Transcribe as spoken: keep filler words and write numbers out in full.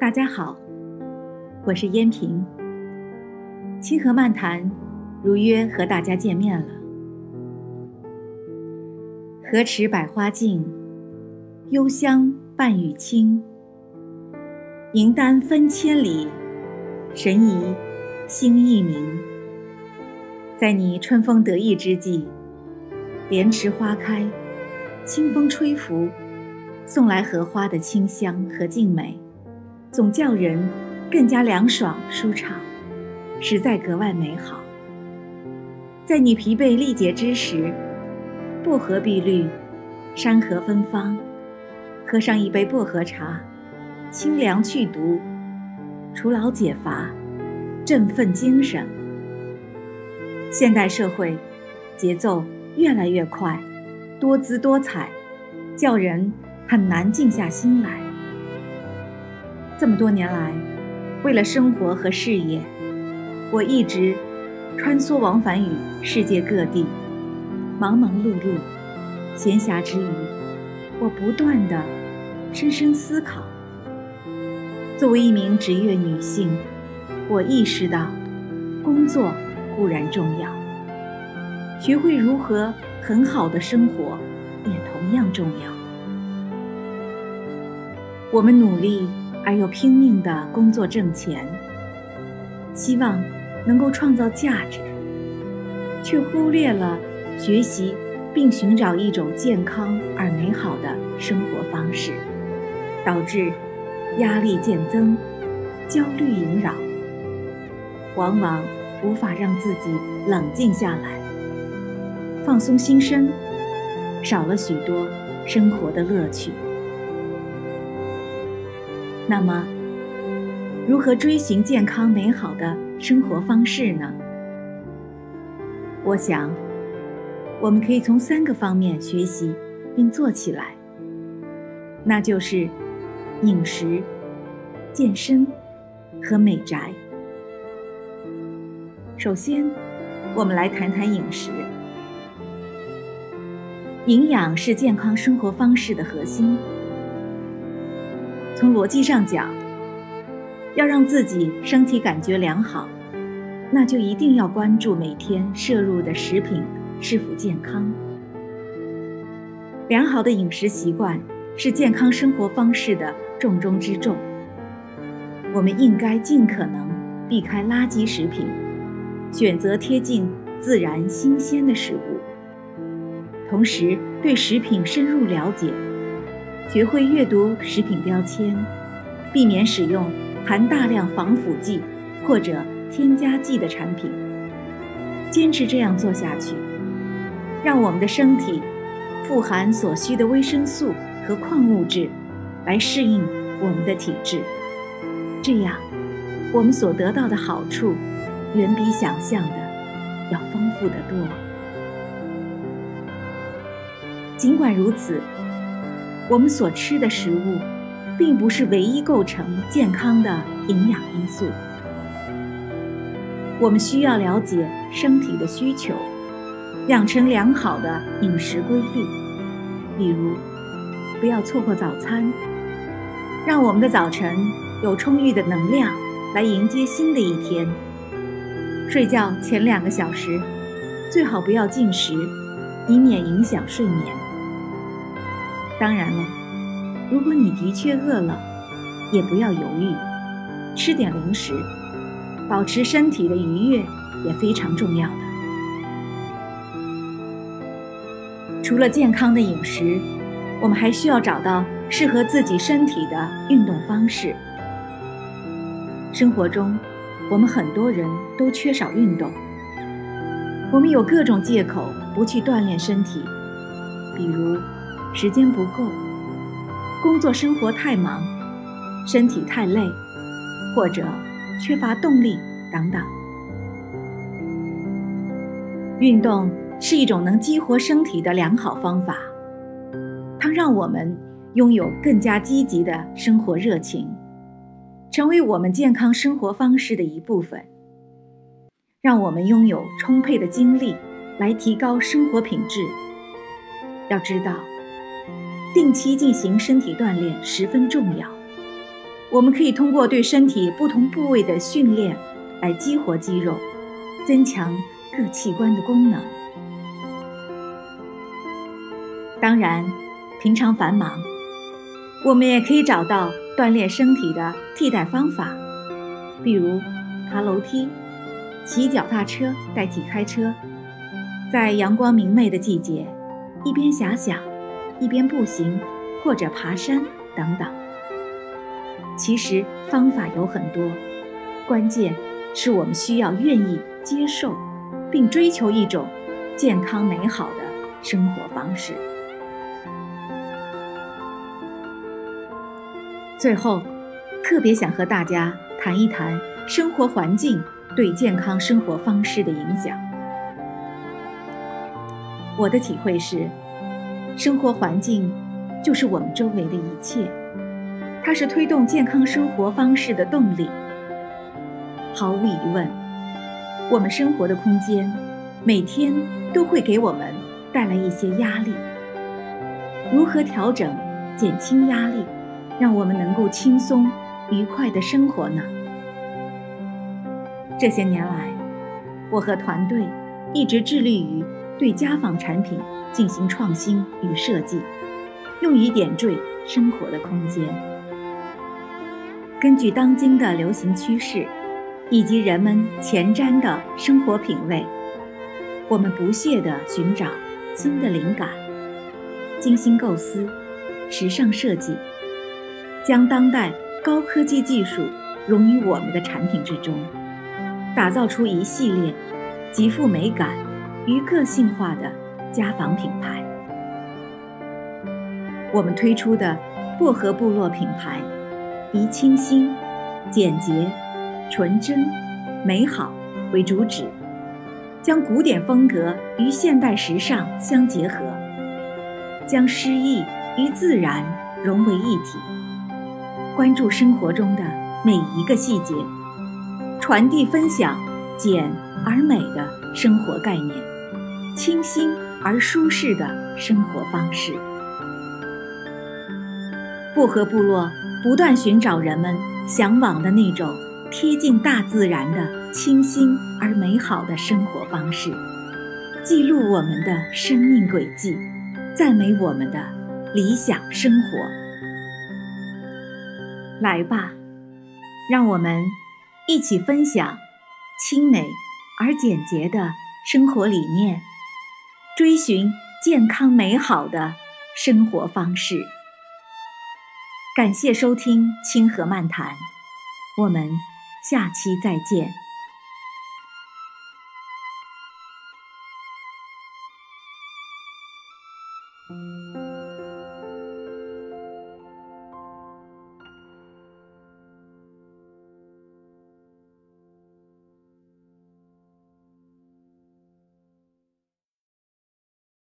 大家好，我是燕平。清河漫谈如约和大家见面了。荷池百花尽，幽香伴雨清。银丹分千里，神怡心亦明。在你春风得意之际，莲池花开，清风吹拂，送来荷花的清香和静美，总叫人更加凉爽舒畅，实在格外美好。在你疲惫力竭之时，薄荷碧绿，山河芬芳，喝上一杯薄荷茶，清凉去毒，除劳解乏，振奋精神。现代社会节奏越来越快，多姿多彩，叫人很难静下心来。这么多年来，为了生活和事业，我一直穿梭往返于世界各地，忙忙碌碌。闲暇之余，我不断地深深思考。作为一名职业女性，我意识到工作固然重要，学会如何很好的生活也同样重要。我们努力而又拼命地工作挣钱，希望能够创造价值，却忽略了学习并寻找一种健康而美好的生活方式，导致压力渐增，焦虑萦绕，往往无法让自己冷静下来，放松心身，少了许多生活的乐趣。那么，如何追寻健康美好的生活方式呢？我想，我们可以从三个方面学习并做起来，那就是饮食、健身和美宅。首先，我们来谈谈饮食。营养是健康生活方式的核心。从逻辑上讲，要让自己身体感觉良好，那就一定要关注每天摄入的食品是否健康。良好的饮食习惯是健康生活方式的重中之重。我们应该尽可能避开垃圾食品，选择贴近自然新鲜的食物，同时对食品深入了解，学会阅读食品标签，避免使用含大量防腐剂或者添加剂的产品。坚持这样做下去，让我们的身体富含所需的维生素和矿物质，来适应我们的体质。这样，我们所得到的好处远比想象的要丰富得多。尽管如此，我们所吃的食物并不是唯一构成健康的营养因素。我们需要了解身体的需求，养成良好的饮食规律。比如，不要错过早餐，让我们的早晨有充裕的能量来迎接新的一天。睡觉前两个小时，最好不要进食，以免影响睡眠。当然了，如果你的确饿了，也不要犹豫，吃点零食，保持身体的愉悦也非常重要的。除了健康的饮食，我们还需要找到适合自己身体的运动方式。生活中，我们很多人都缺少运动，我们有各种借口不去锻炼身体，比如时间不够，工作生活太忙，身体太累，或者缺乏动力等等。运动是一种能激活身体的良好方法，它让我们拥有更加积极的生活热情，成为我们健康生活方式的一部分，让我们拥有充沛的精力来提高生活品质。要知道，定期进行身体锻炼十分重要， 我们可以通过对身体不同部位的训练来激活肌肉，增强各器官的功能。当然，平常繁忙，我们也可以找到锻炼身体的替代方法，比如爬楼梯、骑脚踏车代替开车，在阳光明媚的季节，一边遐想，一边步行或者爬山等等。其实方法有很多，关键是我们需要愿意接受并追求一种健康美好的生活方式。最后，特别想和大家谈一谈生活环境对健康生活方式的影响。我的体会是，生活环境就是我们周围的一切，它是推动健康生活方式的动力。毫无疑问，我们生活的空间每天都会给我们带来一些压力。如何调整、减轻压力，让我们能够轻松、愉快地生活呢？这些年来，我和团队一直致力于对家纺产品进行创新与设计，用以点缀生活的空间。根据当今的流行趋势以及人们前瞻的生活品味，我们不懈地寻找新的灵感，精心构思，时尚设计，将当代高科技技术融于我们的产品之中，打造出一系列极富美感与个性化的家纺品牌。我们推出的薄荷部落品牌，以清新、简洁、纯真、美好为主旨，将古典风格与现代时尚相结合，将诗意与自然融为一体，关注生活中的每一个细节，传递分享简而美的生活概念，清新而舒适的生活方式。薄荷部落不断寻找人们向往的那种贴近大自然的清新而美好的生活方式，记录我们的生命轨迹，赞美我们的理想生活。来吧，让我们一起分享清美而简洁的生活理念，追寻健康美好的生活方式。感谢收听清河漫谈，我们下期再见。